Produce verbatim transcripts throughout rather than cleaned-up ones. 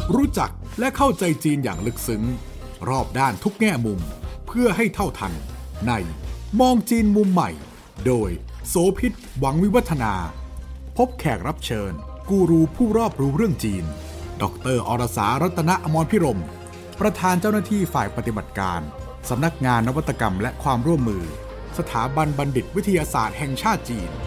รู้จักและเข้าใจจีนอย่างลึกซึ้งรอบด้านทุกแง่มุมเพื่อให้เท่าทันในมองจีนมุมใหม่โดยโสภิต หวังวิวัฒนาพบแขกรับเชิญกูรูผู้รอบรู้เรื่องจีนดร.อรสารัตนอมรพิรมย์ประธานเจ้าหน้าที่ฝ่ายปฏิบัติการสำนักงานนวัตกรรมและความร่วมมือสถาบันบัณฑิตวิทยาศาสตร์แห่งชาติจีน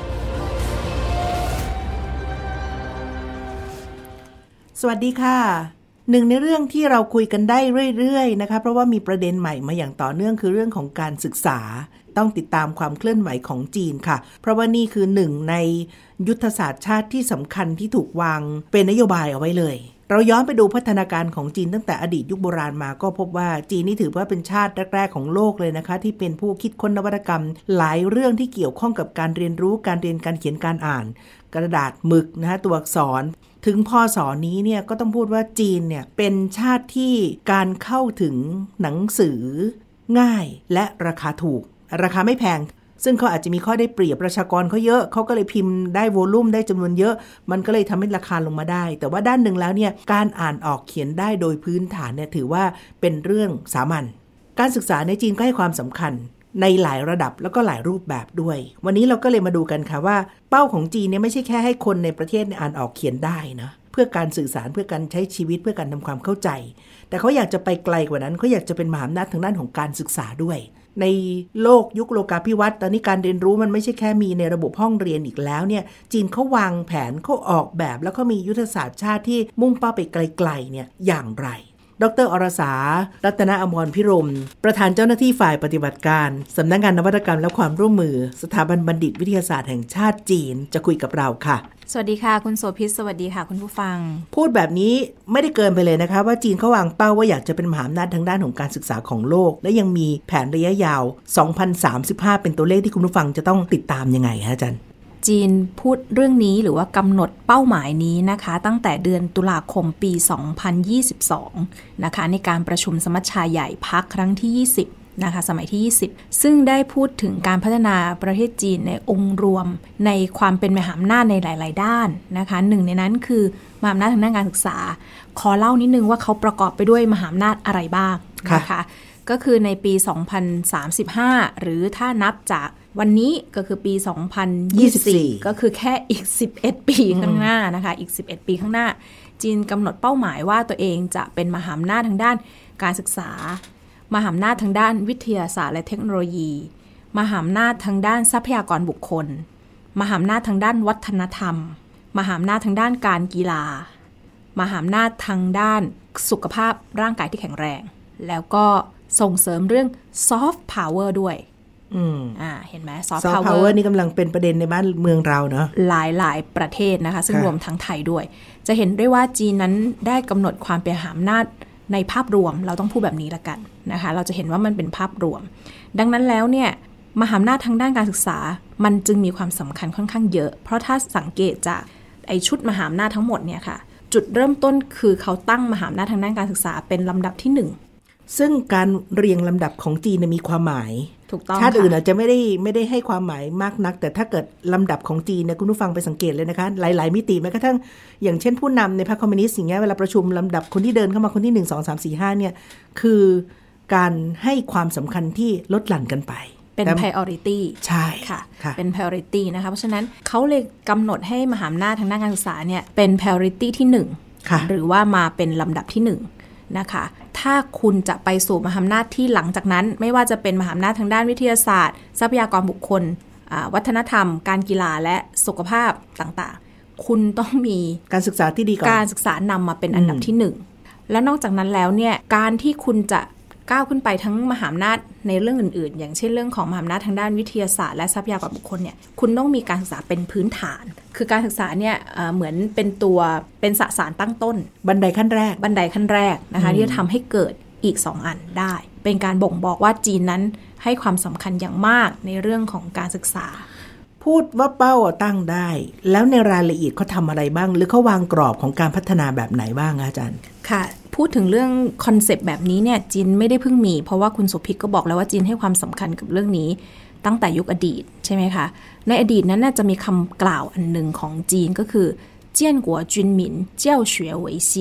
สวัสดีค่ะหนึ่งในเรื่องที่เราคุยกันได้เรื่อยๆนะคะเพราะว่ามีประเด็นใหม่มาอย่างต่อเนื่องคือเรื่องของการศึกษาต้องติดตามความเคลื่อนไหวของจีนค่ะเพราะว่านี่คือหนึ่งในยุทธศาสตร์ชาติที่สำคัญที่ถูกวางเป็นนโยบายเอาไว้เลยเราย้อนไปดูพัฒนาการของจีนตั้งแต่อดีตยุคโบราณมาก็พบว่าจีนนี่ถือว่าเป็นชาติแรกๆของโลกเลยนะคะที่เป็นผู้คิดค้นนวัตกรรมหลายเรื่องที่เกี่ยวข้องกับการเรียนรู้การเรียนการเขียนการอ่านกระดาษหมึกนะคะตัวอักษรถึงพศนี้เนี่ยก็ต้องพูดว่าจีนเนี่ยเป็นชาติที่การเข้าถึงหนังสือง่ายและราคาถูกราคาไม่แพงซึ่งเขาอาจจะมีข้อได้เปรียบประชากรเขาเยอะเขาก็เลยพิมพ์ได้โวลุ่มได้จำนวนเยอะมันก็เลยทำให้ราคาลงมาได้แต่ว่าด้านหนึ่งแล้วเนี่ยการอ่านออกเขียนได้โดยพื้นฐานเนี่ยถือว่าเป็นเรื่องสามัญการศึกษาในจีนก็ให้ความสำคัญในหลายระดับแล้วก็หลายรูปแบบด้วยวันนี้เราก็เลยมาดูกันค่ะว่าเป้าของจีนเนี่ยไม่ใช่แค่ให้คนในประเทศอ่านออกเขียนได้นะเพื่อการสื่อสารเพื่อการใช้ชีวิตเพื่อการทำความเข้าใจแต่เขาอยากจะไปไกลกว่านั้นเขาอยากจะเป็นมหาอำนาจทางด้านของการศึกษาด้วยในโลกยุคโลกาภิวัตน์ตอนนี้การเรียนรู้มันไม่ใช่แค่มีในระบบห้องเรียนอีกแล้วเนี่ยจีนเขาวางแผนเขาออกแบบแล้วเขามียุทธศาสตร์ชาติที่มุ่งเป้าไปไกลๆเนี่ยอย่างไรดร.อรสารัตนอมรพิรมย์ประธานเจ้าหน้าที่ฝ่ายปฏิบัติการสำนักงานนวัตกรรมและความร่วมมือสถาบันบัณฑิตวิทยาศาสตร์แห่งชาติจีนจะคุยกับเราค่ะสวัสดีค่ะคุณโสภิตสวัสดีค่ะคุณผู้ฟังพูดแบบนี้ไม่ได้เกินไปเลยนะคะว่าจีนเขาวางเป้าว่าอยากจะเป็นมหาอำนาจทางด้านของการศึกษาของโลกและยังมีแผนระยะยาวสองพันสามสิบห้าเป็นตัวเลขที่คุณผู้ฟังจะต้องติดตามยังไงฮะอาจารย์จีนพูดเรื่องนี้หรือว่ากำหนดเป้าหมายนี้นะคะตั้งแต่เดือนตุลาคมปีสองพันยี่สิบสองนะคะในการประชุมสมัชชาใหญ่พรรคครั้งที่ยี่สิบนะคะสมัยที่ยี่สิบซึ่งได้พูดถึงการพัฒนาประเทศจีนในองค์รวมในความเป็นมหาอำนาจในหลายๆด้านนะคะหนึ่งในนั้นคือมหาอำนาจทางด้านการศึกษาขอเล่านิดนึงว่าเขาประกอบไปด้วยมหาอำนาจอะไรบ้างนะคะก็คือในปีสองพันสามสิบห้าหรือถ้านับจากวันนี้ก็คือปีสองพันยี่สิบสี่ก็คือแค่อีกสิบเอ็ดปีข้างหน้านะคะอีกสิบเอ็ดปีข้างหน้าจีนกำหนดเป้าหมายว่าตัวเองจะเป็นมหาอำนาจทางด้านการศึกษามหาอำนาจทางด้านวิทยาศาสตร์และเทคโนโลยีมหาอำนาจทางด้านทรัพยากรบุคคลมหาอำนาจทางด้านวัฒนธรรมมหาอำนาจทางด้านการกีฬามหาอำนาจทางด้านสุขภาพร่างกายที่แข็งแรงแล้วก็ส่งเสริมเรื่องซอฟต์พาวเวอร์ด้วยอืมอ่าเห็นไหมซอฟต์พาวเวอร์นี่กำลังเป็นประเด็นในบ้านเมืองเราเนาะหลายหลายประเทศนะคะซึ่งรวมทั้งไทยด้วยจะเห็นได้ว่าจีนนั้นได้กำหนดความเป็นมหาอำนาจในภาพรวมเราต้องพูดแบบนี้ละกันนะคะเราจะเห็นว่ามันเป็นภาพรวมดังนั้นแล้วเนี่ยมหาอำนาจทางด้านการศึกษามันจึงมีความสำคัญค่อนข้างเยอะเพราะถ้าสังเกตจากไอชุดมหาอำนาจทั้งหมดเนี่ยค่ะจุดเริ่มต้นคือเขาตั้งมหาอำนาจทางด้านการศึกษาเป็นลำดับที่หนึ่งซึ่งการเรียงลำดับของจีนมีความหมายถูกต้องชาติอื่นอาจจะไม่ได้ไม่ได้ให้ความหมายมากนักแต่ถ้าเกิดลำดับของจีนเนี่ยคุณผู้ฟังไปสังเกตเลยนะคะหลายๆมิติแม้กระทั่งอย่างเช่นผู้นำในพรรคคอมมิวนิสต์อย่างเงี้ยเวลาประชุมลำดับคนที่เดินเข้ามาคนที่หนึ่ง สอง สาม สี่ ห้าเนี่ยคือการให้ความสำคัญที่ลดหลั่นกันไปเป็น priority ใช่ค่ะเป็น priority นะคะเพราะฉะนั้นเขาเลยกำหนดให้มหาอำนาจทางด้านการศึกษาเนี่ยเป็น priority ที่หนึ่งหรือว่ามาเป็นลำดับที่หนึ่งนะคะถ้าคุณจะไปสู่มหาอำนาจที่หลังจากนั้นไม่ว่าจะเป็นมหาอำนาจทางด้านวิทยาศาสตร์ทรัพยากรบุคคลวัฒนธรรมการกีฬาและสุขภาพต่างๆคุณต้องมีการศึกษาที่ดีก่อนการศึกษานำมาเป็นอันดับที่หนึ่งและนอกจากนั้นแล้วเนี่ยการที่คุณจะก้าวขึ้นไปทั้งมหาอำนาจในเรื่องอื่นๆอย่างเช่นเรื่องของมหาอำนาจทางด้านวิทยาศาสตร์และทรัพยากรบุคคลเนี่ยคุณต้องมีการศึกษาเป็นพื้นฐานคือการศึกษาเนี่ยเหมือนเป็นตัวเป็นสสารตั้งต้นบันไดขั้นแรกบันไดขั้นแรกนะคะที่จะทำให้เกิดอีกสองอันได้เป็นการบ่งบอกว่าจีนนั้นให้ความสำคัญอย่างมากในเรื่องของการศึกษาพูดว่าเป้าตั้งได้แล้วในรายละเอียดเขาทำอะไรบ้างหรือเขาวางกรอบของการพัฒนาแบบไหนบ้างอาจารย์ค่ะพูดถึงเรื่องคอนเซปต์แบบนี้เนี่ยจีนไม่ได้เพิ่งมีเพราะว่าคุณสุพิษก็บอกแล้วว่าจีนให้ความสำคัญกับเรื่องนี้ตั้งแต่ยุคอดีตใช่ไหมคะในอดีตนั้นน่าจะมีคำกล่าวอันหนึ่งของจีนก็คือเจี้ยนกัวจุนหมินเจ้าเฉวยเหวยเซียน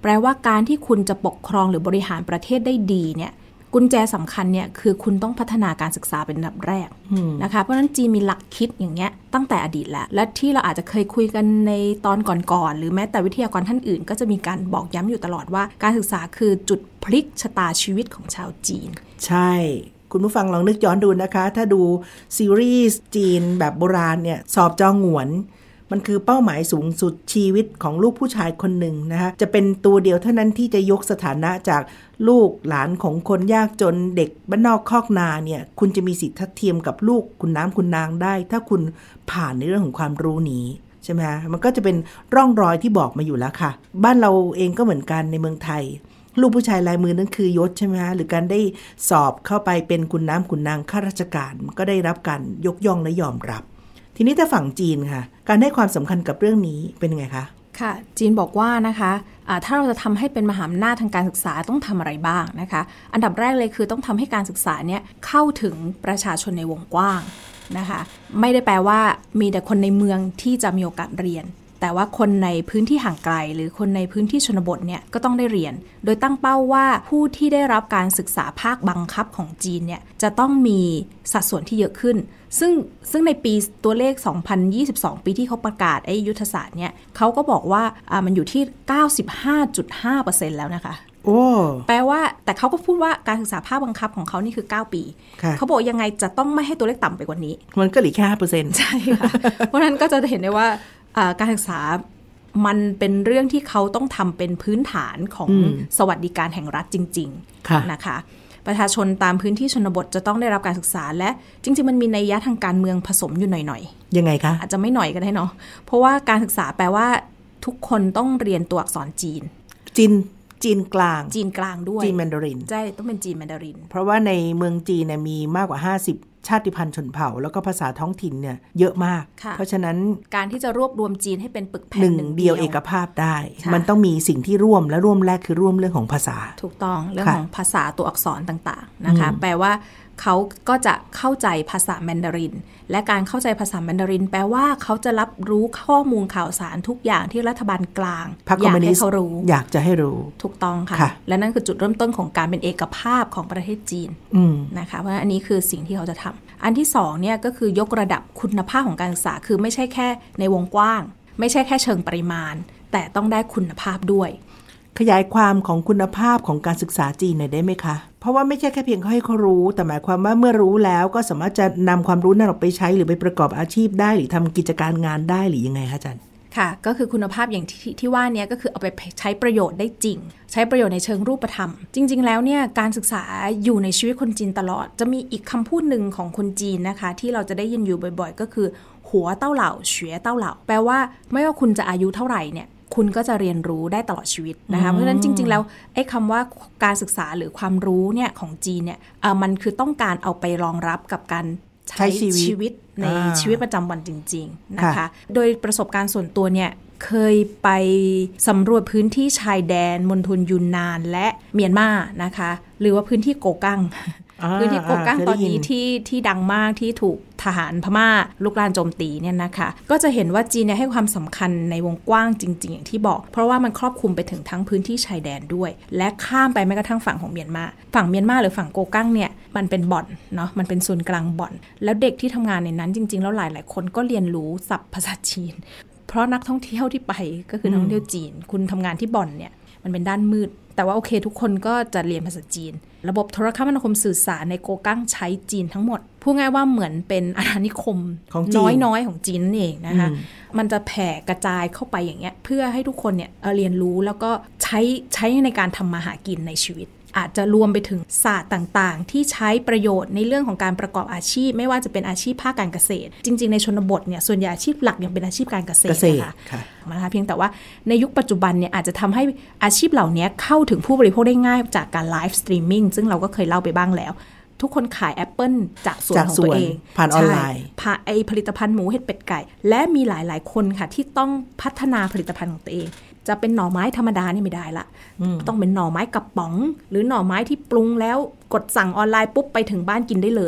แปลว่าการที่คุณจะปกครองหรือบริหารประเทศได้ดีเนี่ยกุญแจสำคัญเนี่ยคือคุณต้องพัฒนาการศึกษาเป็นอันดับแรกนะคะเพราะฉะนั้นจีนมีหลักคิดอย่างเงี้ยตั้งแต่อดีตแล้วและที่เราอาจจะเคยคุยกันในตอนก่อนๆหรือแม้แต่วิทยากรท่านอื่นก็จะมีการบอกย้ำอยู่ตลอดว่าการศึกษาคือจุดพลิกชะตาชีวิตของชาวจีนใช่คุณผู้ฟังลองนึกย้อนดูนะคะถ้าดูซีรีส์จีนแบบโบราณเนี่ยสอบจองหงวนมันคือเป้าหมายสูงสุดชีวิตของลูกผู้ชายคนหนึ่งนะคะจะเป็นตัวเดียวเท่านั้นที่จะยกสถานะจากลูกหลานของคนยากจนเด็กบ้านนอกคอกนาเนี่ยคุณจะมีสิทธิ์ทัดเทียมกับลูกคุณน้ำคุณนางได้ถ้าคุณผ่านในเรื่องของความรู้นี้ใช่ไหมคะมันก็จะเป็นร่องรอยที่บอกมาอยู่แล้วค่ะบ้านเราเองก็เหมือนกันในเมืองไทยลูกผู้ชายลายมือนั่นคือยศใช่ไหมคะหรือการได้สอบเข้าไปเป็นคุณน้ำคุณนางข้าราชการก็ได้รับการยกย่องและยอมรับทีนี้ถ้าฝั่งจีนค่ะการให้ความสำคัญกับเรื่องนี้เป็นยังไงคะค่ะจีนบอกว่านะคะะถ้าเราจะทำให้เป็นมหาอำนาจทางการศึกษาต้องทำอะไรบ้างนะคะอันดับแรกเลยคือต้องทำให้การศึกษาเนี่ยเข้าถึงประชาชนในวงกว้างนะคะไม่ได้แปลว่ามีแต่คนในเมืองที่จะมีโอกาสเรียนแต่ว่าคนในพื้นที่ห่างไกลหรือคนในพื้นที่ชนบทเนี่ยก็ต้องได้เรียนโดยตั้งเป้าว่าผู้ที่ได้รับการศึกษาภาคบังคับของจีนเนี่ยจะต้องมีสัดส่วนที่เยอะขึ้นซึ่งซึ่งในปีตัวเลขสองพันยี่สิบสองปีที่เขาประกาศไอ้ยุทธศาสตร์เนี่ยเขาก็บอกว่าอ่ามันอยู่ที่ เก้าสิบห้าจุดห้าเปอร์เซ็นต์ แล้วนะคะโอ้แปลว่าแต่เขาก็พูดว่าการศึกษาภาคบังคับของเขานี่คือเก้าปีเขาบอกยังไงจะต้องไม่ให้ตัวเลขต่ำไปกว่านี้มันก็เหลือแค่ ห้าเปอร์เซ็นต์ใช่ค่ะ เพราะฉะนั้นก็จะเห็นได้ว่าการศึกษามันเป็นเรื่องที่เขาต้องทำเป็นพื้นฐานของสวัสดิการแห่งรัฐจริงๆนะคะประชาชนตามพื้นที่ชนบทจะต้องได้รับการศึกษาและจริงๆมันมีนัยยะทางการเมืองผสมอยู่หน่อยๆยังไงคะอาจจะไม่หน่อยก็ได้เนาะเพราะว่าการศึกษาแปลว่าทุกคนต้องเรียนตัวอักษรจีนจีนจีนกลางจีนกลางด้วยจีนแมนดารินใช่ต้องเป็นจีนแมนดารินเพราะว่าในเมืองจีนเนี่ยมีมากกว่าห้าสิบชาติพันธุ์ชนเผ่าแล้วก็ภาษาท้องถิ่นเนี่ยเยอะมากเพราะฉะนั้นการที่จะรวบรวมจีนให้เป็นปึกแผ่นหนึ่งเดียวเอกภาพได้มันต้องมีสิ่งที่ร่วมและร่วมแรกคือร่วมเรื่องของภาษาถูกต้องเรื่องของภาษาตัวอักษรต่างๆนะคะแปลว่าเขาก็จะเข้าใจภาษาแมนดารินและการเข้าใจภาษาแมนดารินแปลว่าเขาจะรับรู้ข้อมูลข่าวสารทุกอย่างที่รัฐบาลกลางอยากให้เขารู้อยากจะให้รู้ถูกต้องค่ะและนั่นคือจุดเริ่มต้นของการเป็นเอกภาพของประเทศจีนนะคะเพราะฉะนั้นอันนี้คือสิ่งที่เขาจะทำอันที่สองเนี่ยก็คือยกระดับคุณภาพของการศึกษาคือไม่ใช่แค่ในวงกว้างไม่ใช่แค่เชิงปริมาณแต่ต้องได้คุณภาพด้วยขยายความของคุณภาพของการศึกษาจีนหน่อยได้ไหมคะเพราะว่าไม่ใช่แค่เพียงให้เขารู้แต่หมายความว่าเมื่อรู้แล้วก็สามารถจะนำความรู้นั้นออกไปใช้หรือไปประกอบอาชีพได้หรือทำกิจการงานได้หรือยังไงคะอาจารย์ค่ะก็คือคุณภาพอย่างที่ที่ว่านี้ก็คือเอาไปใช้ประโยชน์ได้จริงใช้ประโยชน์ในเชิงรูปธรรมจริงๆแล้วเนี่ยการศึกษาอยู่ในชีวิตคนจีนตลอดจะมีอีกคำพูดหนึ่งของคนจีนนะคะที่เราจะได้ยินอยู่บ่อยๆก็คือหัวเต้าเหล่าเฉวยเต้าเหล่าแปลว่าไม่ว่าคุณจะอายุเท่าไหร่เนี่ยคุณก็จะเรียนรู้ได้ตลอดชีวิตนะคะเพราะฉะนั้นจริงๆแล้วไอ้คำว่าการศึกษาหรือความรู้เนี่ยของจีนเนี่ยเอ่อมันคือต้องการเอาไปรองรับกับการใช้ชีวิตในชีวิตประจำวันจริงๆนะคะโดยประสบการณ์ส่วนตัวเนี่ยเคยไปสำรวจพื้นที่ชายแดนมณฑลยูนนานและเมียนมานะคะหรือว่าพื้นที่โกกังพื้นที่โกกังตอนนี้ที่ที่ดังมากที่ถูกทหารพม่าลุกลานโจมตีเนี่ยนะคะก็จะเห็นว่าจีนเนี่ยให้ความสำคัญในวงกว้างจริงๆอย่างที่บอกเพราะว่ามันครอบคลุมไปถึงทั้งพื้นที่ชายแดนด้วยและข้ามไปแม้กระทั่งฝั่งของเมียนมาฝั่งเมียนมาหรือฝั่งโกกังเนี่ยมันเป็นบ่อนเนาะมันเป็นศูนย์กลางบ่อนแล้วเด็กที่ทำงานในนั้นจริงๆแล้วหลายๆคนก็เรียนรู้ศัพท์ภาษาจีนเพราะนักท่องเที่ยวที่ไปก็คือนักท่องเที่ยวจีนคุณทำงานที่บ่อนเนี่ยมันเป็นด้านมืดแต่ว่าโอเคทุกคนก็จะเรียนภาษาจีนระบบโทรคมนาคมสื่อสารในโกกังใช้จีนทั้งหมดพูดง่ายว่าเหมือนเป็นอาณานิคมน้อยๆของจีนนั่นเองนะคะมันจะแผ่กระจายเข้าไปอย่างเงี้ยเพื่อให้ทุกคนเนี่ยเรียนรู้แล้วก็ใช้ใช้ในการทำมาหากินในชีวิตอาจจะรวมไปถึงศาสตร์ต่างๆที่ใช้ประโยชน์ในเรื่องของการประกอบอาชีพไม่ว่าจะเป็นอาชีพภาคการเกษตรจริงๆในชนบทเนี่ยส่วนใหญ่อาชีพหลักยังเป็นอาชีพการเกษตรนะคะนะคะเพียงแต่ว่าในยุคปัจจุบันเนี่ยอาจจะทำให้อาชีพเหล่านี้เข้าถึงผู้บริโภคได้ง่ายจากการไลฟ์สตรีมมิ่งซึ่งเราก็เคยเล่าไปบ้างแล้วทุกคนขายแอปเปิลจากสวนของตัวเองผ่านออนไลน์ผ่านไอผลิตภัณฑ์หมูเห็ดเป็ดไก่และมีหลายๆคนค่ะที่ต้องพัฒนาผลิตภัณฑ์ของตัวเองจะเป็นหน่อไม้ธรรมดานี่ไม่ได้ละต้องเป็นหน่อไม้กระป๋องหรือหน่อไม้ที่ปรุงแล้วกดสั่งออนไลน์ปุ๊บไปถึงบ้านกินได้เลย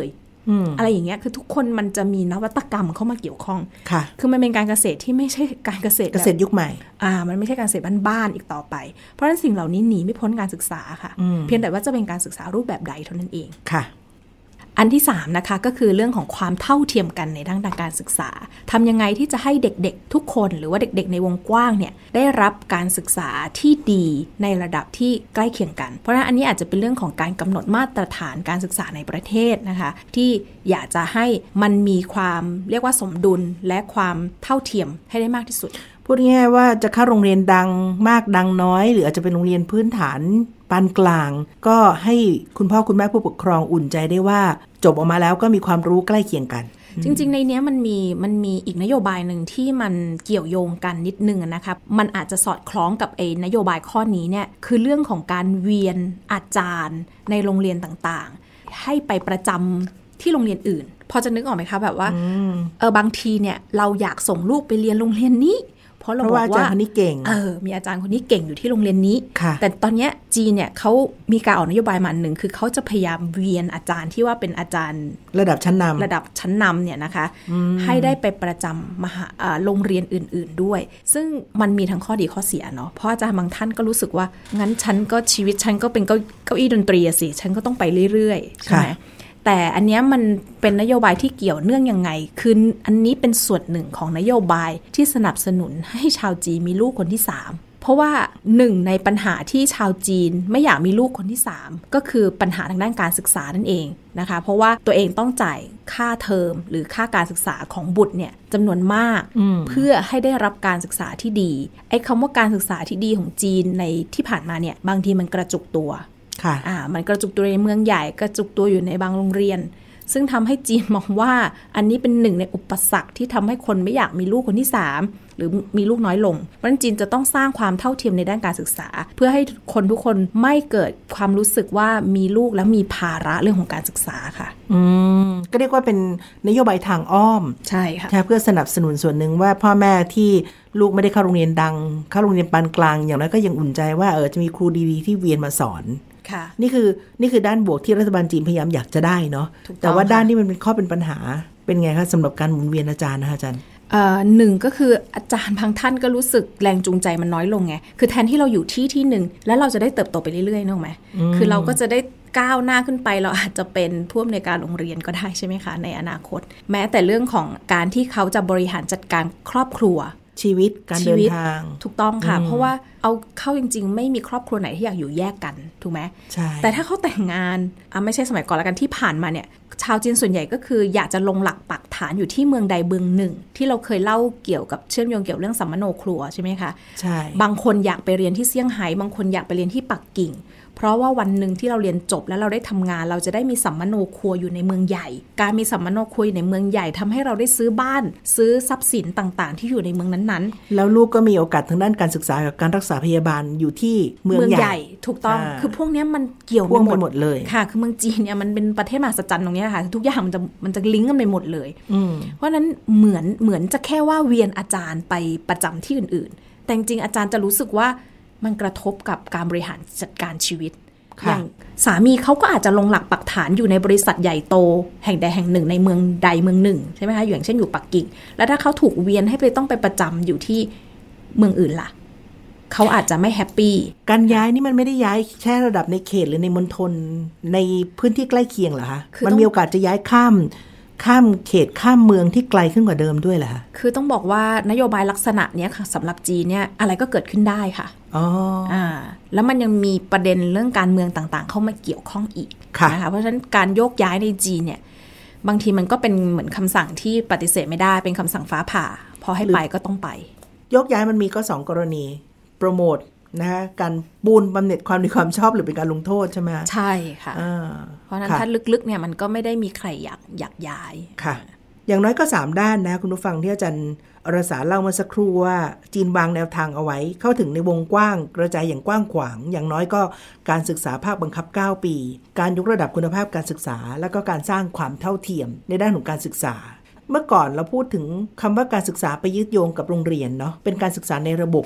อะไรอย่างเงี้ยคือทุกคนมันจะมีนวัตกรรมเข้ามาเกี่ยวข้องค่ะคือมันเป็นการเกษตรที่ไม่ใช่การเกษตรเกษตรยุคใหม่อ่ามันไม่ใช่การเกษตรบ้านๆอีกต่อไปเพราะฉะนั้นสิ่งเหล่านี้หนีไม่พ้นการศึกษาค่ะเพียงแต่ว่าจะเป็นการศึกษารูปแบบใดเท่านั้นเองค่ะอันที่สามนะคะก็คือเรื่องของความเท่าเทียมกันในด้านการศึกษาทำยังไงที่จะให้เด็กๆทุกคนหรือว่าเด็กๆในวงกว้างเนี่ยได้รับการศึกษาที่ดีในระดับที่ใกล้เคียงกันเพราะฉะนั้นอันนี้อาจจะเป็นเรื่องของการกำหนดมาตรฐานการศึกษาในประเทศนะคะที่อยากจะให้มันมีความเรียกว่าสมดุลและความเท่าเทียมให้ได้มากที่สุดพูดง่ายๆว่าจะเข้าโรงเรียนดังมากดังน้อยหรืออาจจะเป็นโรงเรียนพื้นฐานปานกลางก็ให้คุณพ่อคุณแม่ผู้ปกครองอุ่นใจได้ว่าจบออกมาแล้วก็มีความรู้ใกล้เคียงกันจริงๆในนี้มันมีมันมีอีกนโยบายหนึ่งที่มันเกี่ยวโยงกันนิดนึงนะคะมันอาจจะสอดคล้องกับไอ้นโยบายข้อนี้เนี่ยคือเรื่องของการเวียนอาจารย์ในโรงเรียนต่างๆให้ไปประจำที่โรงเรียนอื่นพอจะนึกออกไหมคะแบบว่าเออบางทีเนี่ยเราอยากส่งลูกไปเรียนโรงเรียนนี้เพราะเราบอกว่าอาจารย์คนนี้เก่งเออมีอาจารย์คนนี้เก่งอยู่ที่โรงเรียนนี้แต่ตอนนี้จีนเนี่ยเขามีการออกนโยบายมาอันหนึ่งคือเขาจะพยายามเวียนอาจารย์ที่ว่าเป็นอาจารย์ระดับชั้นนำระดับชั้นนำเนี่ยนะคะให้ได้ไปประจำมหาโรงเรียนอื่นๆด้วยซึ่งมันมีทั้งข้อดีข้อเสียเนาะเพราะอาจารย์บางท่านก็รู้สึกว่างั้นฉันก็ชีวิตฉันก็เป็นเก้าอี้ดนตรีสิฉันก็ต้องไปเรื่อยๆใช่ไหมแต่อันนี้มันเป็นนโยบายที่เกี่ยวเนื่องยังไงคืออันนี้เป็นส่วนหนึ่งของนโยบายที่สนับสนุนให้ชาวจีนมีลูกคนที่สามเพราะว่าหนึ่งในปัญหาที่ชาวจีนไม่อยากมีลูกคนที่สามก็คือปัญหาทางด้านการศึกษานั่นเองนะคะเพราะว่าตัวเองต้องจ่ายค่าเทอมหรือค่าการศึกษาของบุตรเนี่ยจำนวนมากเพื่อให้ได้รับการศึกษาที่ดีไอ้คำว่าการศึกษาที่ดีของจีนในที่ผ่านมาเนี่ยบางทีมันกระจุกตัวอ่ามันกระจุกตัวในเมืองใหญ่กระจุกตัวอยู่ในบางโรงเรียนซึ่งทำให้จีนมองว่าอันนี้เป็นหนึ่งในอุปสรรคที่ทำให้คนไม่อยากมีลูกคนที่สามหรือมีลูกน้อยลงเพราะฉะนั้นจีนจะต้องสร้างความเท่าเทียมในด้านการศึกษาเพื่อให้คนทุกคนไม่เกิดความรู้สึกว่ามีลูกแล้วมีภาระเรื่องของการศึกษาค่ะอืมก็เรียกว่าเป็นนโยบายทางอ้อมใช่ค่ะเพื่อสนับสนุนส่วนหนึ่งว่าพ่อแม่ที่ลูกไม่ได้เข้าโรงเรียนดังเข้าโรงเรียนปานกลางอย่างน้อยก็ยังอุ่นใจว่าเออจะมีครูดีๆที่เวียนมาสอนนี่คือนี่คือด้านบวกที่รัฐบาลจีนพยายามอยากจะได้เนาะแต่ว่าด้านที่มันเป็นข้อเป็นปัญหาเป็นไงคะสำหรับการหมุนเวียนอาจารย์นะคะอาจารย์หนึ่งก็คืออาจารย์บางท่านก็รู้สึกแรงจูงใจมันน้อยลงไงคือแทนที่เราอยู่ที่ที่หนึ่งแล้วเราจะได้เติบโตไปเรื่อยๆนึกไหมคือเราก็จะได้ก้าวหน้าขึ้นไปเราอาจจะเป็นผู้อำนวยการโรงเรียนก็ได้ใช่ไหมคะในอนาคตแม้แต่เรื่องของการที่เขาจะบริหารจัดการครอบครัวชีวิตการเดินทางถูกต้องค่ะเพราะว่าเอาเข้าจริงๆไม่มีครอบครัวไหนที่อยากอยู่แยกกันถูกไหมใช่แต่ถ้าเขาแต่งงานอ่ะไม่ใช่สมัยก่อนแล้วกันที่ผ่านมาเนี่ยชาวจีนส่วนใหญ่ก็คืออยากจะลงหลักปักฐานอยู่ที่เมืองใดเมืองหนึ่งที่เราเคยเล่าเกี่ยวกับเชื่อมโยงเกี่ยวเรื่องสัมมโนครัวใช่ไหมคะใช่บางคนอยากไปเรียนที่เซี่ยงไฮ้บางคนอยากไปเรียนที่ปักกิ่งเพราะว่าวันหนึ่งที่เราเรียนจบแล้วเราได้ทำงานเราจะได้มีสัมมโนครัวอยู่ในเมืองใหญ่การมีสัมมโนครัวในเมืองใหญ่ทำให้เราได้ซื้อบ้านซื้อทรัพย์สินต่างๆที่อยู่ในเมืองนั้นๆแล้วลูกก็มีโอกาสทางด้านการศึกษากับการรักษาพยาบาลอยู่ที่เมืองใหญ่ถูกต้องคือพวกนี้มันเกี่ยวกันหมดเลยค่ะคือเมืองจีนเนี่ยมันเป็นประเทศมหัศจรรย์ตรงนี้ค่ะทุกอย่างมันจะมันจะลิงก์กันไปหมดเลยเพราะนั้นเหมือนเหมือนจะแค่ว่าเวียนอาจารย์ไปประจำที่อื่นๆแต่จริงๆอาจารย์จะรู้สึกว่ามันกระทบกับการบริหารจัดการชีวิตอย่างสามีเขาก็อาจจะลงหลักปักฐานอยู่ในบริษัทใหญ่โตแห่งใดแห่งหนึ่งในเมืองใดเมืองหนึ่งใช่ไหมคะอย่างเช่นอยู่ปักกิ่งแล้วถ้าเขาถูกเวียนให้ไปต้องไปประจำอยู่ที่เมืองอื่นล่ะเขาอาจจะไม่แฮปปี้การย้ายนี่มันไม่ได้ย้ายแค่ระดับในเขตหรือในมณฑลในพื้นที่ใกล้เคียงเหรอคะมันมีโอกาสจะย้ายข้ามข้ามเขตข้ามเมืองที่ไกลขึ้นกว่าเดิมด้วยเหรอคะคือต้องบอกว่านโยบายลักษณะนี้ค่ะสำหรับจีนเนี่ยอะไรก็เกิดขึ้นได้ค่ะอ๋ออ่าแล้วมันยังมีประเด็นเรื่องการเมืองต่างๆเข้ามาเกี่ยวข้องอีกนะคะเพราะฉะนั้นการโยกย้ายในจีนเนี่ยบางทีมันก็เป็นเหมือนคำสั่งที่ปฏิเสธไม่ได้เป็นคำสั่งฟ้าผ่าพอให้ไปก็ต้องไปโยกย้ายมันมีก็สองกรณีโปรโมทนะคะการปูนบำเหน็จความดีความชอบหรือเป็นการลงโทษใช่ไหมใช่ค่ะเพราะนั้นถ้าลึกๆเนี่ยมันก็ไม่ได้มีใครอยากอยากย้ายค่ะอย่างน้อยก็สามด้านนะคุณผู้ฟังที่อาจารย์อรสาเล่าเมื่อสักครู่ว่าจีนวางแนวทางเอาไว้เข้าถึงในวงกว้างกระจายอย่างกว้างขวางอย่างน้อยก็การศึกษาภาคบังคับเก้าปีการยกระดับคุณภาพการศึกษาแล้วก็การสร้างความเท่าเทียมในด้านของการศึกษาเมื่อก่อนเราพูดถึงคำว่าการศึกษาไปยึดโยงกับโรงเรียนเนาะเป็นการศึกษาในระบบ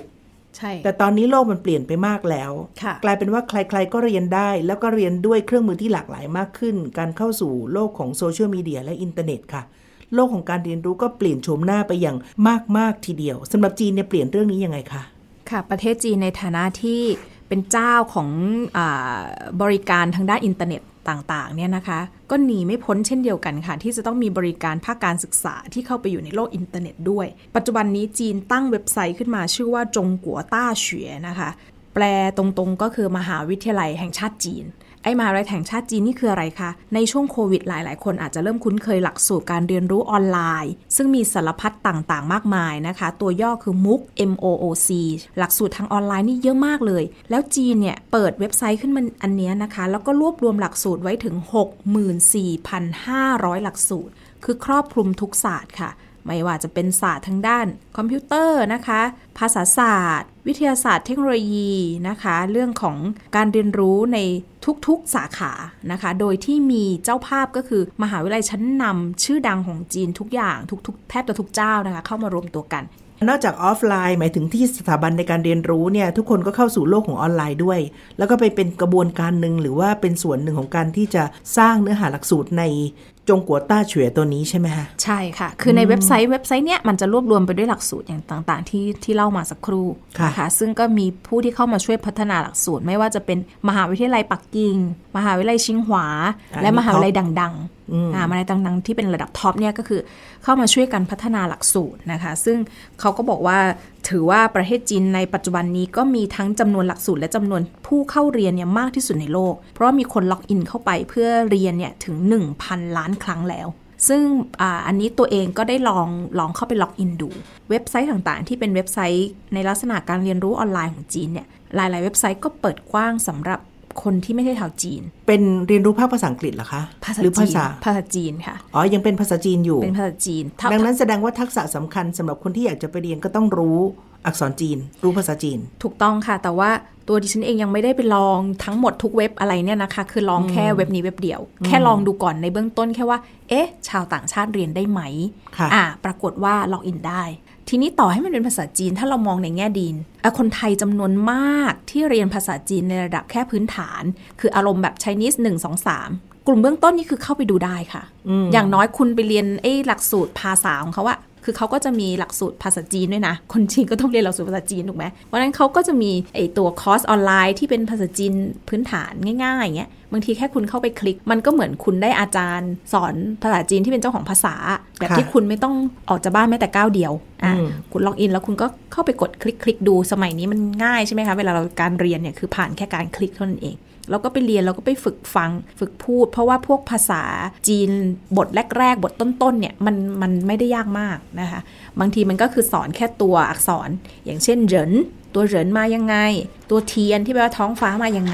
ใช่แต่ตอนนี้โลกมันเปลี่ยนไปมากแล้วกลายเป็นว่าใครๆก็เรียนได้แล้วก็เรียนด้วยเครื่องมือที่หลากหลายมากขึ้นการเข้าสู่โลกของโซเชียลมีเดียและอินเทอร์เน็ตค่ะโลกของการเรียนรู้ก็เปลี่ยนโฉมหน้าไปอย่างมากๆทีเดียวสำหรับจีนเนี่ยเปลี่ยนเรื่องนี้ยังไงคะค่ะประเทศจีนในฐานะที่เป็นเจ้าของอ่าบริการทางด้านอินเทอร์เน็ตต่างๆเนี่ยนะคะก็หนีไม่พ้นเช่นเดียวกันค่ะที่จะต้องมีบริการภาคการศึกษาที่เข้าไปอยู่ในโลกอินเทอร์เน็ตด้วยปัจจุบันนี้จีนตั้งเว็บไซต์ขึ้นมาชื่อว่าจงกัวต้าเฉวยนะคะแปลตรงๆก็คือมหาวิทยาลัยแห่งชาติจีนไอ้มหาวิทยาลัยแห่งชาติจีนนี่คืออะไรคะในช่วงโควิดหลายๆคนอาจจะเริ่มคุ้นเคยหลักสูตรการเรียนรู้ออนไลน์ซึ่งมีสารพัดต่างๆมากมายนะคะตัวย่อคือ มูก เอ็ม โอ โอ ซี หลักสูตรทางออนไลน์นี่เยอะมากเลยแล้วจีนเนี่ยเปิดเว็บไซต์ขึ้นมาอันนี้นะคะแล้วก็รวบรวมหลักสูตรไว้ถึง หกหมื่นสี่พันห้าร้อย หลักสูตรคือครอบคลุมทุกศาสตร์ค่ะไม่ว่าจะเป็นศาสตร์ทางด้านคอมพิวเตอร์นะคะภาษาศาสตร์วิทยาศาสตร์เทคโนโลยีนะคะเรื่องของการเรียนรู้ในทุกๆสาขานะคะโดยที่มีเจ้าภาพก็คือมหาวิทยาลัยชั้นนำชื่อดังของจีนทุกอย่างทุกๆแทบจะทุกเจ้านะคะเข้ามารวมตัวกันนอกจากออฟไลน์หมายถึงที่สถาบันในการเรียนรู้เนี่ยทุกคนก็เข้าสู่โลกของออนไลน์ด้วยแล้วก็ไปเป็นกระบวนการหนึ่งหรือว่าเป็นส่วนหนึ่งของการที่จะสร้างเนื้อหาหลักสูตรในจงกัวต้าเฉวยตัวนี้ใช่ไหมคะใช่ค่ะคือในเว็บไซต์เว็บไซต์เนี้ยมันจะรวบรวมไปด้วยหลักสูตรอย่างต่างๆที่ที่เล่ามาสักครู่นะคะซึ่งก็มีผู้ที่เข้ามาช่วยพัฒนาหลักสูตรไม่ว่าจะเป็นมหาวิทยาลัยปักกิ่งมหาวิทยาลัยชิงหวาและมหาวิทยาลัยดังๆมหาวิทยาลัยดังๆที่เป็นระดับท็อปเนี่ยก็คือเข้ามาช่วยกันพัฒนาหลักสูตรนะคะซึ่งเขาก็บอกว่าถือว่าประเทศจีนในปัจจุบันนี้ก็มีทั้งจำนวนหลักสูตรและจำนวนผู้เข้าเรียนเนี่ยมากที่สุดในโลกเพราะมีคนล็อกอินเข้าไปเพื่อเรียนเนี่ยถึง หนึ่งพัน ล้านครั้งแล้วซึ่ง อ, อันนี้ตัวเองก็ได้ลองลองเข้าไปล็อกอินดูเว็บไซต์ต่างๆที่เป็นเว็บไซต์ในลักษณะการเรียนรู้ออนไลน์ของจีนเนี่ยหลายๆเว็บไซต์ก็เปิดกว้างสำหรับคนที่ไม่ใช่ชาวจีนเป็นเรียนรู้ภาคภาษาอังกฤษเหรอคะหรือภาษาภาษาจีนค่ะอ๋อยังเป็นภาษาจีนอยู่เป็นภาษาจีนดังนั้นแสดงว่าทักษะสำคัญสำหรับคนที่อยากจะไปเรียนก็ต้องรู้อักษรจีนรู้ภาษาจีนถูกต้องค่ะแต่ว่าตัวดิฉันเองยังไม่ได้ไปลองทั้งหมดทุกเว็บอะไรเนี่ยนะคะคือลองแค่เว็บนี้เว็บเดียวแค่ลองดูก่อนในเบื้องต้นแค่ว่าเอ๊ะชาวต่างชาติเรียนได้ไหมอ่าปรากฏว่าล็อกอินได้ทีนี้ต่อให้มันเป็นภาษาจีนถ้าเรามองในแง่ดีคนไทยจำนวนมากที่เรียนภาษาจีนในระดับแค่พื้นฐานคืออารมณ์แบบ Chinese หนึ่ง สอง สามกลุ่มเบื้องต้นนี่คือเข้าไปดูได้ค่ะ อ, อย่างน้อยคุณไปเรียนไอ้หลักสูตรภาษาของเขาอะคือเขาก็จะมีหลักสูตรภาษาจีนด้วยนะคนจีนก็ต้องเรียนหลักสูตรภาษาจีนถูกไหมเพราะฉะนั้นเขาก็จะมีไอ้ตัวคอร์สออนไลน์ที่เป็นภาษาจีนพื้นฐานง่ายๆอย่างเงี้ยบางทีแค่คุณเข้าไปคลิกมันก็เหมือนคุณได้อาจารย์สอนภาษาจีนที่เป็นเจ้าของภาษาแบบที่คุณไม่ต้องออกจากบ้านแม้แต่ก้าวเดียวอ่ะคุณล็อกอินแล้วคุณก็เข้าไปกดคลิกคลิกดูสมัยนี้มันง่ายใช่ไหมคะเวลาเราการเรียนเนี่ยคือผ่านแค่การคลิกเท่านั้นเองเราก็ไปเรียนเราก็ไปฝึกฟังฝึกพูดเพราะว่าพวกภาษาจีนบทแรกๆบทต้นๆเนี่ยมันมันไม่ได้ยากมากนะคะบางทีมันก็คือสอนแค่ตัวอักษรอย่างเช่นเหรินตัวเหรินมายังไงตัวเทียนที่แปลว่าท้องฟ้ามายังไง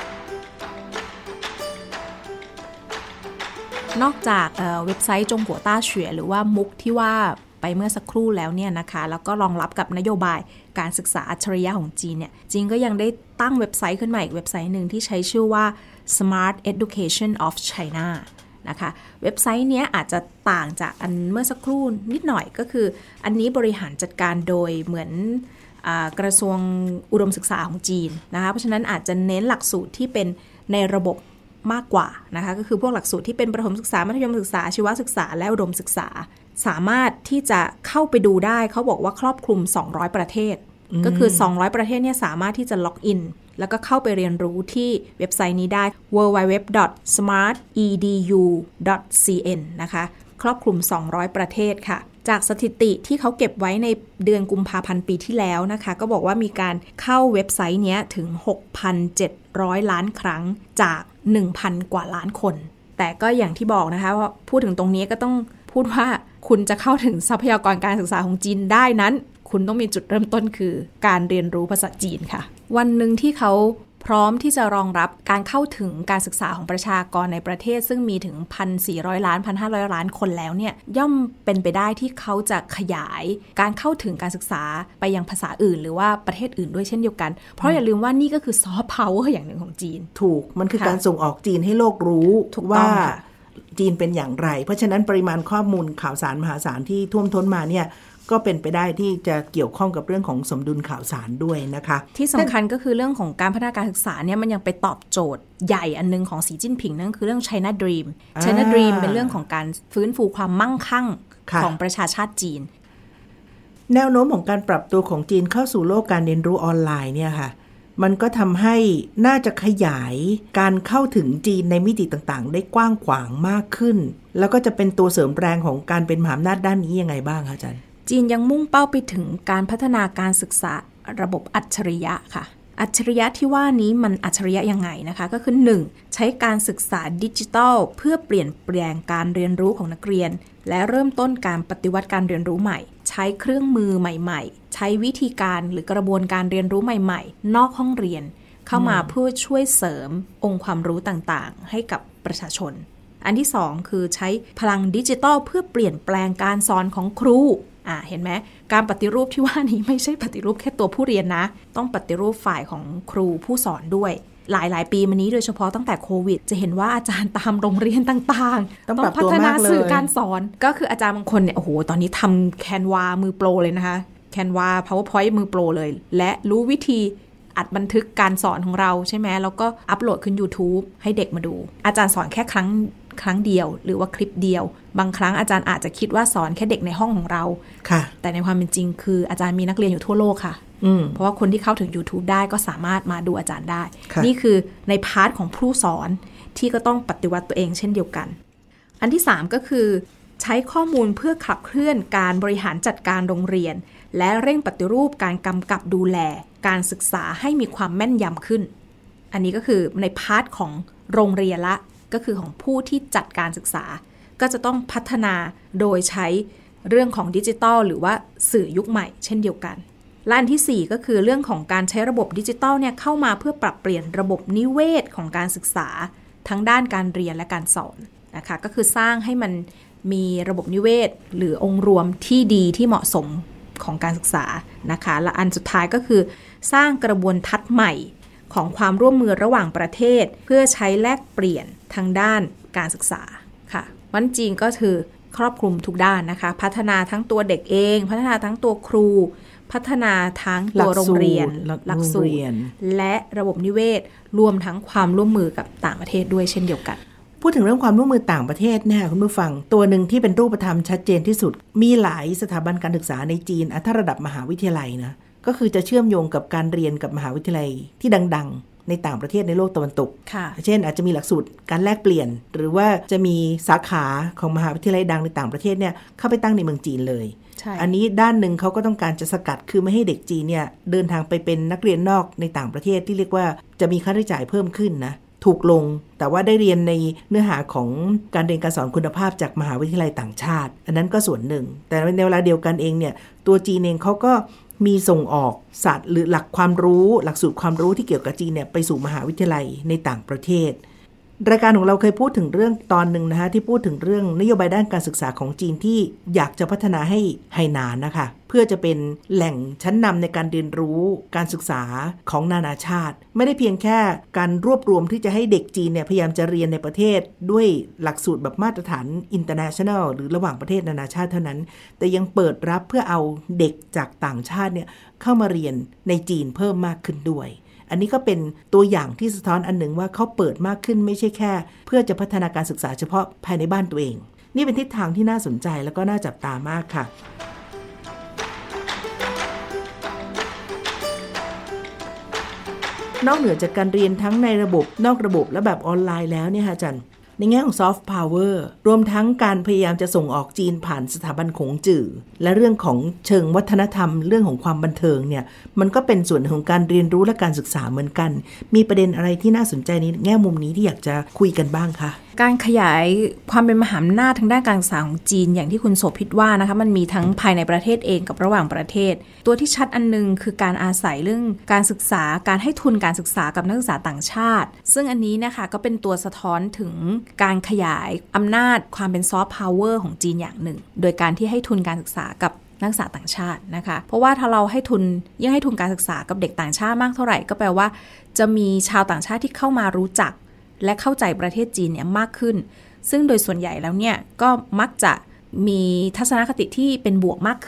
นอกจากเอ่อเว็บไซต์จงกัวต้าเฉวยหรือว่ามุกที่ว่าไปเมื่อสักครู่แล้วเนี่ยนะคะแล้วก็รองรับกับนโยบายการศึกษาอัจฉริยะของจีนเนี่ยจีนก็ยังได้ตั้งเว็บไซต์ขึ้นมาอีกเว็บไซต์หนึ่งที่ใช้ชื่อว่า Smart Education of China นะคะเว็บไซต์นี้อาจจะต่างจากอันเมื่อสักครู่นิดหน่อยก็คืออันนี้บริหารจัดการโดยเหมือนกระทรวงอุดมศึกษาของจีนนะคะเพราะฉะนั้นอาจจะเน้นหลักสูตรที่เป็นในระบบมากกว่านะคะก็คือพวกหลักสูตรที่เป็นประถมศึกษามัธยมศึกษาชีวศึกษาและอุดมศึกษาสามารถที่จะเข้าไปดูได้เขาบอกว่าครอบคลุมสองร้อยประเทศก็คือสองร้อยประเทศเนี่ยสามารถที่จะล็อกอินแล้วก็เข้าไปเรียนรู้ที่เว็บไซต์นี้ได้ ดับเบิลยู ดับเบิลยู ดับเบิลยู ดอท สมาร์ท อี ดี ยู ดอท ซี เอ็น นะคะครอบคลุมสองร้อยประเทศค่ะจากสถิติที่เขาเก็บไว้ในเดือนกุมภาพันธ์ปีที่แล้วนะคะก็บอกว่ามีการเข้าเว็บไซต์เนี้ยถึง หกพันเจ็ดร้อย ล้านครั้งจาก หนึ่งพัน กว่าล้านคนแต่ก็อย่างที่บอกนะคะว่าพูดถึงตรงนี้ก็ต้องพูดว่าคุณจะเข้าถึงทรัพยากรการศึกษาของจีนได้นั้นคุณต้องมีจุดเริ่มต้นคือการเรียนรู้ภาษาจีนค่ะวันหนึ่งที่เขาพร้อมที่จะรองรับการเข้าถึงการศึกษาของประชากรในประเทศซึ่งมีถึง หนึ่งพันสี่ร้อย ล้าน หนึ่งพันห้าร้อย ล้านคนแล้วเนี่ยย่อมเป็นไปได้ที่เขาจะขยายการเข้าถึงการศึกษาไปยังภาษาอื่นหรือว่าประเทศอื่นด้วยเช่นเดียวกันเพราะอย่าลืมว่านี่ก็คือซอฟต์พาวเวอร์อย่างหนึ่งของจีนถูกมันคือการส่งออกจีนให้โลกรู้ว่าจีนเป็นอย่างไรเพราะฉะนั้นปริมาณข้อมูลข่าวสารมหาศาลที่ท่วมท้นมาเนี่ยก็เป็นไปได้ที่จะเกี่ยวข้องกับเรื่องของสมดุลข่าวสารด้วยนะคะที่สำคัญก็คือเรื่องของการพัฒนาการศึกษาเนี่ยมันยังไปตอบโจทย์ใหญ่อันนึงของสีจิ้นผิงนั่นคือเรื่อง China Dream China Dream เป็นเรื่องของการฟื้นฟูความมั่งคั่งของประชาชาติจีนแนวโน้มของการปรับตัวของจีนเข้าสู่โลกการเรียนรู้ออนไลน์เนี่ยค่ะมันก็ทำให้น่าจะขยายการเข้าถึงจีนในมิติต่างๆได้กว้างขวางมากขึ้นแล้วก็จะเป็นตัวเสริมแรงของการเป็นมหาอำนาจด้านนี้ยังไงบ้างคะอาจารย์จีนยังมุ่งเป้าไปถึงการพัฒนาการศึกษาระบบอัจฉริยะค่ะอัจฉริยะที่ว่านี้มันอัจฉริยะยังไงนะคะก็คือ หนึ่ง ใช้การศึกษาดิจิทัลเพื่อเปลี่ยนแปลงการเรียนรู้ของนักเรียนและเริ่มต้นการปฏิวัติการเรียนรู้ใหม่ใช้เครื่องมือใหม่ๆใช้วิธีการหรือกระบวนการเรียนรู้ใหม่ๆนอกห้องเรียนเข้ามาเพื่อช่วยเสริมองค์ความรู้ต่างๆให้กับประชาชนอันที่สองคือใช้พลังดิจิทัลเพื่อเปลี่ยนแปลงการสอนของครูอ่าเห็นไหมการปฏิรูปที่ว่านี้ไม่ใช่ปฏิรูปแค่ตัวผู้เรียนนะต้องปฏิรูปฝ่ายของครูผู้สอนด้วยหลายๆปีมานี้โดยเฉพาะตั้งแต่โควิดจะเห็นว่าอาจารย์ตามโรงเรียนต่างๆต้องพัฒนาสื่อการสอนก็คืออาจารย์บางคนเนี่ยโอ้โหตอนนี้ทำแคนวามือโปรเลยนะคะแคนวา PowerPoint มือโปรเลยและรู้วิธีอัดบันทึกการสอนของเราใช่ไหมแล้วก็อัปโหลดขึ้น YouTube ให้เด็กมาดูอาจารย์สอนแค่ครั้งครั้งเดียวหรือว่าคลิปเดียวบางครั้งอาจารย์อาจจะคิดว่าสอนแค่เด็กในห้องของเราค่ะแต่ในความเป็นจริงคืออาจารย์มีนักเรียนอยู่ทั่วโลกค่ะเพราะว่าคนที่เข้าถึง YouTube ได้ก็สามารถมาดูอาจารย์ได้นี่คือในพาร์ทของผู้สอนที่ก็ต้องปฏิวัติตัวเองเช่นเดียวกันอันที่สามก็คือใช้ข้อมูลเพื่อขับเคลื่อนการบริหารจัดการโรงเรียนและเร่งปฏิรูปการกำกับดูแลการศึกษาให้มีความแม่นยำขึ้นอันนี้ก็คือในพาร์ทของโรงเรียนละก็คือของผู้ที่จัดการศึกษาก็จะต้องพัฒนาโดยใช้เรื่องของดิจิทัลหรือว่าสื่อยุคใหม่เช่นเดียวกันและอันที่สี่ก็คือเรื่องของการใช้ระบบดิจิทัลเนี่ยเข้ามาเพื่อปรับเปลี่ยนระบบนิเวศของการศึกษาทั้งด้านการเรียนและการสอนนะคะก็คือสร้างให้มันมีระบบนิเวศหรือองค์รวมที่ดีที่เหมาะสมของการศึกษานะคะและอันสุดท้ายก็คือสร้างกระบวนทัศน์ใหม่ของความร่วมมือระหว่างประเทศเพื่อใช้แลกเปลี่ยนทางด้านการศึกษาค่ะวันจีนก็คือครอบคลุมทุกด้านนะคะพัฒนาทั้งตัวเด็กเองพัฒนาทั้งตัวครูพัฒนาทั้งตัวโรงเรียนหลักสูตรและระบบนิเวศรวมทั้งความร่วมมือกับต่างประเทศด้วยเช่นเดียวกันพูดถึงเรื่องความร่วมมือต่างประเทศเนี่ยคุณผู้ฟังตัวหนึ่งที่เป็นรูปธรรมชัดเจนที่สุดมีหลายสถาบันการศึกษาในจีนอัถ้าระดับมหาวิทยาลัยนะก็คือจะเชื่อมโยงกับการเรียนกับมหาวิทยาลัยที่ดังๆในต่างประเทศในโลกตะวันตกเช่นอาจจะมีหลักสูตรการแลกเปลี่ยนหรือว่าจะมีสาขาของมหาวิทยาลัยดังในต่างประเทศเนี่ยเข้าไปตั้งในเมืองจีนเลยอันนี้ด้านหนึ่งเขาก็ต้องการจะสกัดคือไม่ให้เด็กจีนเนี่ยเดินทางไปเป็นนักเรียนนอกในต่างประเทศที่เรียกว่าจะมีค่าใช้จ่ายเพิ่มขึ้นนะถูกลงแต่ว่าได้เรียนในเนื้อหาของการเรียนการสอนคุณภาพจากมหาวิทยาลัยต่างชาติอันนั้นก็ส่วนหนึ่งแต่ในเวลาเดียวกันเองเนี่ยตัวจีนเองเขาก็มีส่งออกศาสตร์หรือหลักความรู้หลักสูตรความรู้ที่เกี่ยวกับจีนเนี่ยไปสู่มหาวิทยาลัยในต่างประเทศรายการของเราเคยพูดถึงเรื่องตอนหนึ่งนะคะที่พูดถึงเรื่องนโยบายด้านการศึกษาของจีนที่อยากจะพัฒนาให้ไหหนานนะคะเพื่อจะเป็นแหล่งชั้นนำในการเรียนรู้การศึกษาของนานาชาติไม่ได้เพียงแค่การรวบรวมที่จะให้เด็กจีนเนี่ยพยายามจะเรียนในประเทศด้วยหลักสูตรแบบมาตรฐาน international หรือระหว่างประเทศนานาชาติเท่านั้นแต่ยังเปิดรับเพื่อเอาเด็กจากต่างชาติเนี่ยเข้ามาเรียนในจีนเพิ่มมากขึ้นด้วยอันนี้ก็เป็นตัวอย่างที่สะท้อนอันหนึ่งว่าเขาเปิดมากขึ้นไม่ใช่แค่เพื่อจะพัฒนาการศึกษาเฉพาะภายในบ้านตัวเองนี่เป็นทิศทางที่น่าสนใจแล้วก็น่าจับตามากค่ะนอกเหนือจากการเรียนทั้งในระบบนอกระบบและแบบออนไลน์แล้วเนี่ยค่ะอาจารย์ในแง่ของซอฟต์พาวเวอร์รวมทั้งการพยายามจะส่งออกจีนผ่านสถาบันขงจื่อและเรื่องของเชิงวัฒนธรรมเรื่องของความบันเทิงเนี่ยมันก็เป็นส่วนของการเรียนรู้และการศึกษาเหมือนกันมีประเด็นอะไรที่น่าสนใจในแง่มุมนี้ที่อยากจะคุยกันบ้างคะการขยายความเป็นมหาอำนาจทางด้านการศึกษาของจีนอย่างที่คุณโสภิตว่านะคะมันมีทั้งภายในประเทศเองกับระหว่างประเทศตัวที่ชัดอันนึงคือการอาศัยเรื่องการศึกษาการให้ทุนการศึกษากับนักศึกษาต่างชาติซึ่งอันนี้นะคะก็เป็นตัวสะท้อนถึงการขยายอำนาจความเป็นซอฟต์พาวเวอร์ของจีนอย่างหนึ่งโดยการที่ให้ทุนการศึกษากับนักศึกษาต่างชาตินะคะเพราะว่าถ้าเราให้ทุนยิ่งให้ทุนการศึกษากับเด็กต่างชาติมากเท่าไหร่ก็แปลว่าจะมีชาวต่างชาติที่เข้ามารู้จักและเข้าใจประเทศจีนเนี่ยมากขึ้นซึ่งโดยส่วนใหญ่แล้วเนี่ยก็มักจะมีทัศนคติที่เป็นบวกมากขึ้น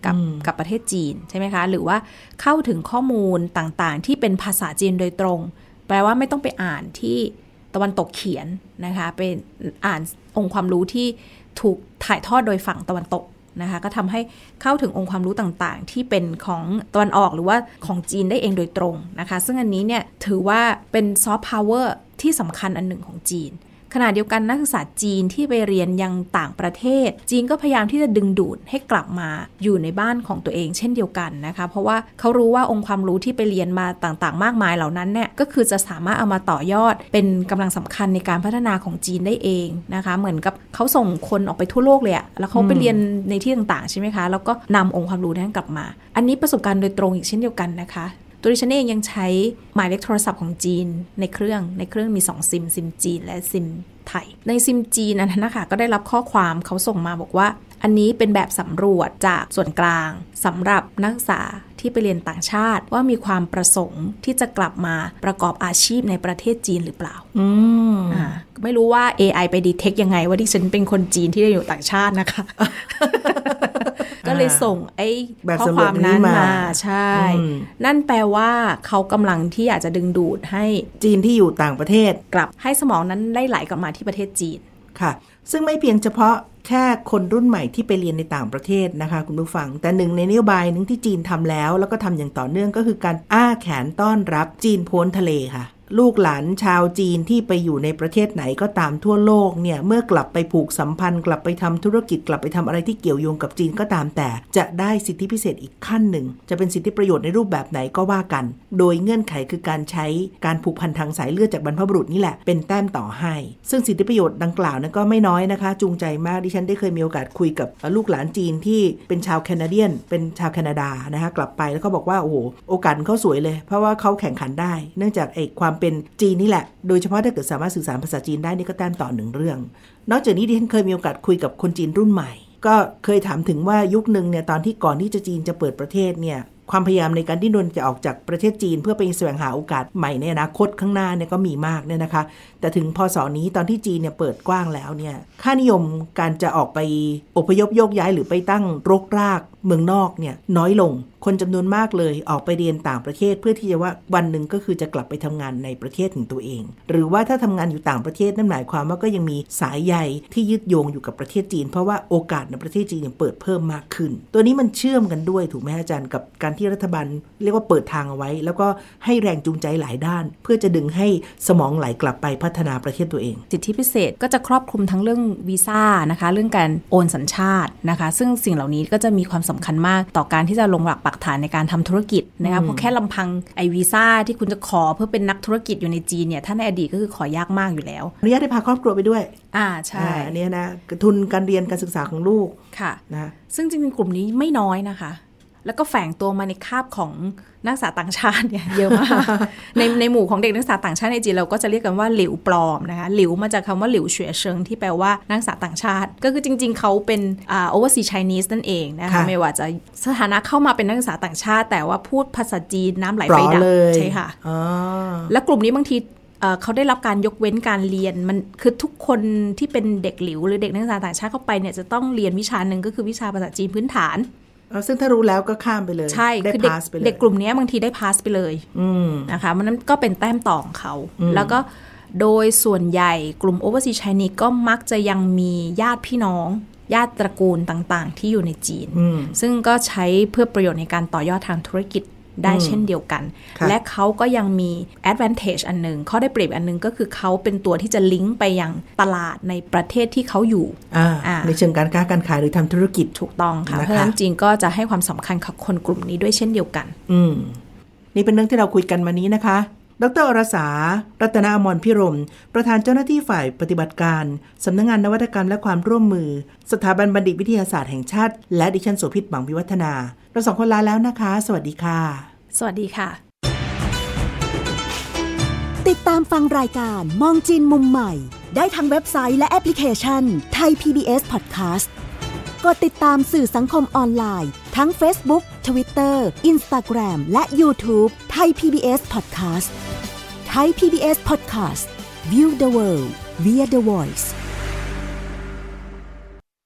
กับกับประเทศจีนใช่ไหมคะหรือว่าเข้าถึงข้อมูลต่างๆที่เป็นภาษาจีนโดยตรงแปลว่าไม่ต้องไปอ่านที่ตะวันตกเขียนนะคะเป็นอ่านองค์ความรู้ที่ถูกถ่ายทอดโดยฝั่งตะวันตกนะคะก็ทำให้เข้าถึงองค์ความรู้ต่างๆที่เป็นของตะวันออกหรือว่าของจีนได้เองโดยตรงนะคะซึ่งอันนี้เนี่ยถือว่าเป็นซอฟต์พาวเวอร์ที่สำคัญอันหนึ่งของจีนขณะเดียวกันนักศึกษาจีนที่ไปเรียนยังต่างประเทศจีนก็พยายามที่จะดึงดูดให้กลับมาอยู่ในบ้านของตัวเองเช่นเดียวกันนะคะเพราะว่าเขารู้ว่าองค์ความรู้ที่ไปเรียนมาต่างๆมากมายเหล่านั้นเนี่ยก็คือจะสามารถเอามาต่อยอดเป็นกำลังสำคัญในการพัฒนาของจีนได้เองนะคะเหมือนกับเขาส่งคนออกไปทั่วโลกเลยอะแล้วเขาไปเรียนในที่ต่างๆใช่ไหมคะแล้วก็นำองค์ความรู้นั้นกลับมาอันนี้ประสบการณ์โดยตรงอีกเช่นเดียวกันนะคะตัวดิฉันเองยังใช้หมายเลขโทรศัพท์ของจีนในเครื่องในเครื่องมีสองซิมซิมจีนและซิมไทยในซิมจีนนั้นนะคะก็ได้รับข้อความเขาส่งมาบอกว่าอันนี้เป็นแบบสำรวจจากส่วนกลางสำหรับนักศึกษาที่ไปเรียนต่างชาติว่ามีความประสงค์ที่จะกลับมาประกอบอาชีพในประเทศจีนหรือเปล่าอืมอ่าไม่รู้ว่า เอ ไอ ไปดีเทคยังไงว่าดิฉันเป็นคนจีนที่ได้อยู่ต่างชาตินะคะ ก็เลยส่งไอ้ข้อความนั้นมาใช่นั่นแปลว่าเขากำลังที่อยากจะดึงดูดให้จีนที่อยู่ต่างประเทศกลับให้สมองนั้นได้ไหลกลับมาที่ประเทศจีนค่ะซึ่งไม่เพียงเฉพาะแค่คนรุ่นใหม่ที่ไปเรียนในต่างประเทศนะคะคุณผู้ฟังแต่หนึ่งในนโยบายนึงที่จีนทำแล้วแล้วก็ทำอย่างต่อเนื่องก็คือการอ้าแขนต้อนรับจีนพ้นทะเลค่ะลูกหลานชาวจีนที่ไปอยู่ในประเทศไหนก็ตามทั่วโลกเนี่ยเมื่อกลับไปผูกสัมพันธ์กลับไปทำธุรกิจกลับไปทำอะไรที่เกี่ยวโยงกับจีนก็ตามแต่จะได้สิทธิพิเศษอีกขั้นหนึ่งจะเป็นสิทธิประโยชน์ในรูปแบบไหนก็ว่ากันโดยเงื่อนไขคือการใช้การผูกพันทางสายเลือดจากบรรพบุรุษนี่แหละเป็นแต้มต่อให้ซึ่งสิทธิประโยชน์ดังกล่าวนั้นก็ไม่น้อยนะคะจูงใจมากดิฉันได้เคยมีโอกาสคุยกับลูกหลานจีนที่เป็นชาวแคนาเดียนเป็นชาวแคนาดานะคะกลับไปแล้วก็บอกว่าโอ้โหโอกาสเขาสวยเลยเพราะว่าเขาแข่งขันได้เนื่องจากไอ้ความเป็นจีนนี่แหละโดยเฉพาะถ้าเกิดสามารถสื่อสารภาษาจีนได้นี่ก็แต้มต่อหนึ่งเรื่องนอกจากนี้ดิฉันเคยมีโอกาสคุยกับคนจีนรุ่นใหม่ก็เคยถามถึงว่ายุคนึงเนี่ยตอนที่ก่อนที่จะจีนจะเปิดประเทศเนี่ยความพยายามในการดิ้นรนจะออกจากประเทศจีนเพื่อไปแสวงหาโอกาสใหม่ในอนาคตข้างหน้าเนี่ยก็มีมากเนี่ยนะคะแต่ถึงพศนี้ตอนที่จีนเนี่ยเปิดกว้างแล้วเนี่ยค่านิยมการจะออกไปอพยพโยกย้ายหรือไปตั้งรกรากเมืองนอกเนี่ยน้อยลงคนจำนวนมากเลยออกไปเรียนต่างประเทศเพื่อที่จะว่าวันหนึ่งก็คือจะกลับไปทำงานในประเทศของตัวเองหรือว่าถ้าทำงานอยู่ต่างประเทศนั่นหมายความว่าก็ยังมีสายใยที่ยึดโยงอยู่กับประเทศจีนเพราะว่าโอกาสในประเทศจีนยังเปิดเพิ่มมากขึ้นตัวนี้มันเชื่อมกันด้วยถูกไหมอาจารย์กับการที่รัฐบาลเรียกว่าเปิดทางเอาไว้แล้วก็ให้แรงจูงใจหลายด้านเพื่อจะดึงให้สมองไหลกลับไปพัฒนาประเทศตัวเองสิทธิพิเศษก็จะครอบคลุมทั้งเรื่องวีซ่านะคะเรื่องการโอนสัญชาตินะคะซึ่งสิ่งเหล่านี้ก็จะมีความสำคัญมากต่อการที่จะลงหลักปักฐานในการทำธุรกิจนะคะเพราะแค่ลำพังไอวีซ่าที่คุณจะขอเพื่อเป็นนักธุรกิจอยู่ในจีนเนี่ยถ้าในอดีตก็คือขอยากมากอยู่แล้วอนุญาตให้พาครอบครัวไปด้วยอ่าใช่อันนี้นะทุนการเรียนการศึกษาของลูกค่ะนะซึ่งจริงๆกลุ่มนี้ไม่น้อยนะคะแล้วก็แฝงตัวมาในคาบของนักศึกษาต่างชาติเนี่ยเยอะมาก ในในหมู่ของเด็กนักศึกษาต่างชาติในจีนเราก็จะเรียกกันว่าหลิวปลอมนะคะหลิวมาจากคำว่าหลิวเฉวยเชิงที่แปลว่านักศึกษาต่างชาติก็คือจริงๆเขาเป็นอ่า overseas Chinese นั่นเองนะคะไม่ว่าจะสถานะเข้ามาเป็นนักศึกษาต่างชาติแต่ว่าพูดภาษาจีนน้ำไหลไฟดับใช่ค่ะแล้วกลุ่มนี้บางทีเขาได้รับการยกเว้นการเรียนมันคือทุกคนที่เป็นเด็กหลิวหรือเด็กนักศึกษาต่างชาติเข้าไปเนี่ยจะต้องเรียนวิชาหนึ่งก็คือวิชาภาษาจีนพื้นฐานซึ่งถ้ารู้แล้วก็ข้ามไปเลยใช่คือเด็กเด็กกลุ่มนี้บางทีได้พาสไปเลยนะคะมันนั้นก็เป็นแต้มต่อของเขาแล้วก็โดยส่วนใหญ่กลุ่ม Overseas Chinese ก็มักจะยังมีญาติพี่น้องญาติตระกูลต่างๆที่อยู่ในจีนซึ่งก็ใช้เพื่อประโยชน์ในการต่อยอดทางธุรกิจได้เช่นเดียวกันและเขาก็ยังมี advantage อันนึงข้อได้เปรียบอันนึงก็คือเขาเป็นตัวที่จะลิงก์ไปยังตลาดในประเทศที่เขาอยู่ในเชิงการค้าการขายหรือทำธุรกิจถูกต้องค่ะเพราะฉะนั้นจีนก็จะให้ความสำคัญกับคนกลุ่มนี้ด้วยเช่นเดียวกันอืมนี่เป็นเรื่องที่เราคุยกันมานี้นะคะดร.อรสารัตนอมรพิรมประธานเจ้าหน้าที่ฝ่ายปฏิบัติการสำนักงานนวัตกรรมและความร่วมมือสถาบันบัณฑิตวิทยาศาสตร์แห่งชาติและดิฉันโสภิต หวังวิวัฒนาเราสองคนลาแล้วนะคะสวัสดีค่ะสวัสดีค่ะติดตามฟังรายการมองจีนมุมใหม่ได้ทางเว็บไซต์และแอปพลิเคชัน Thai พี บี เอส Podcast กดติดตามสื่อสังคมออนไลน์ทั้ง Facebook, Twitter, Instagram และ YouTube Thai พี บี เอส Podcast Thai พี บี เอส Podcast View the world via the voice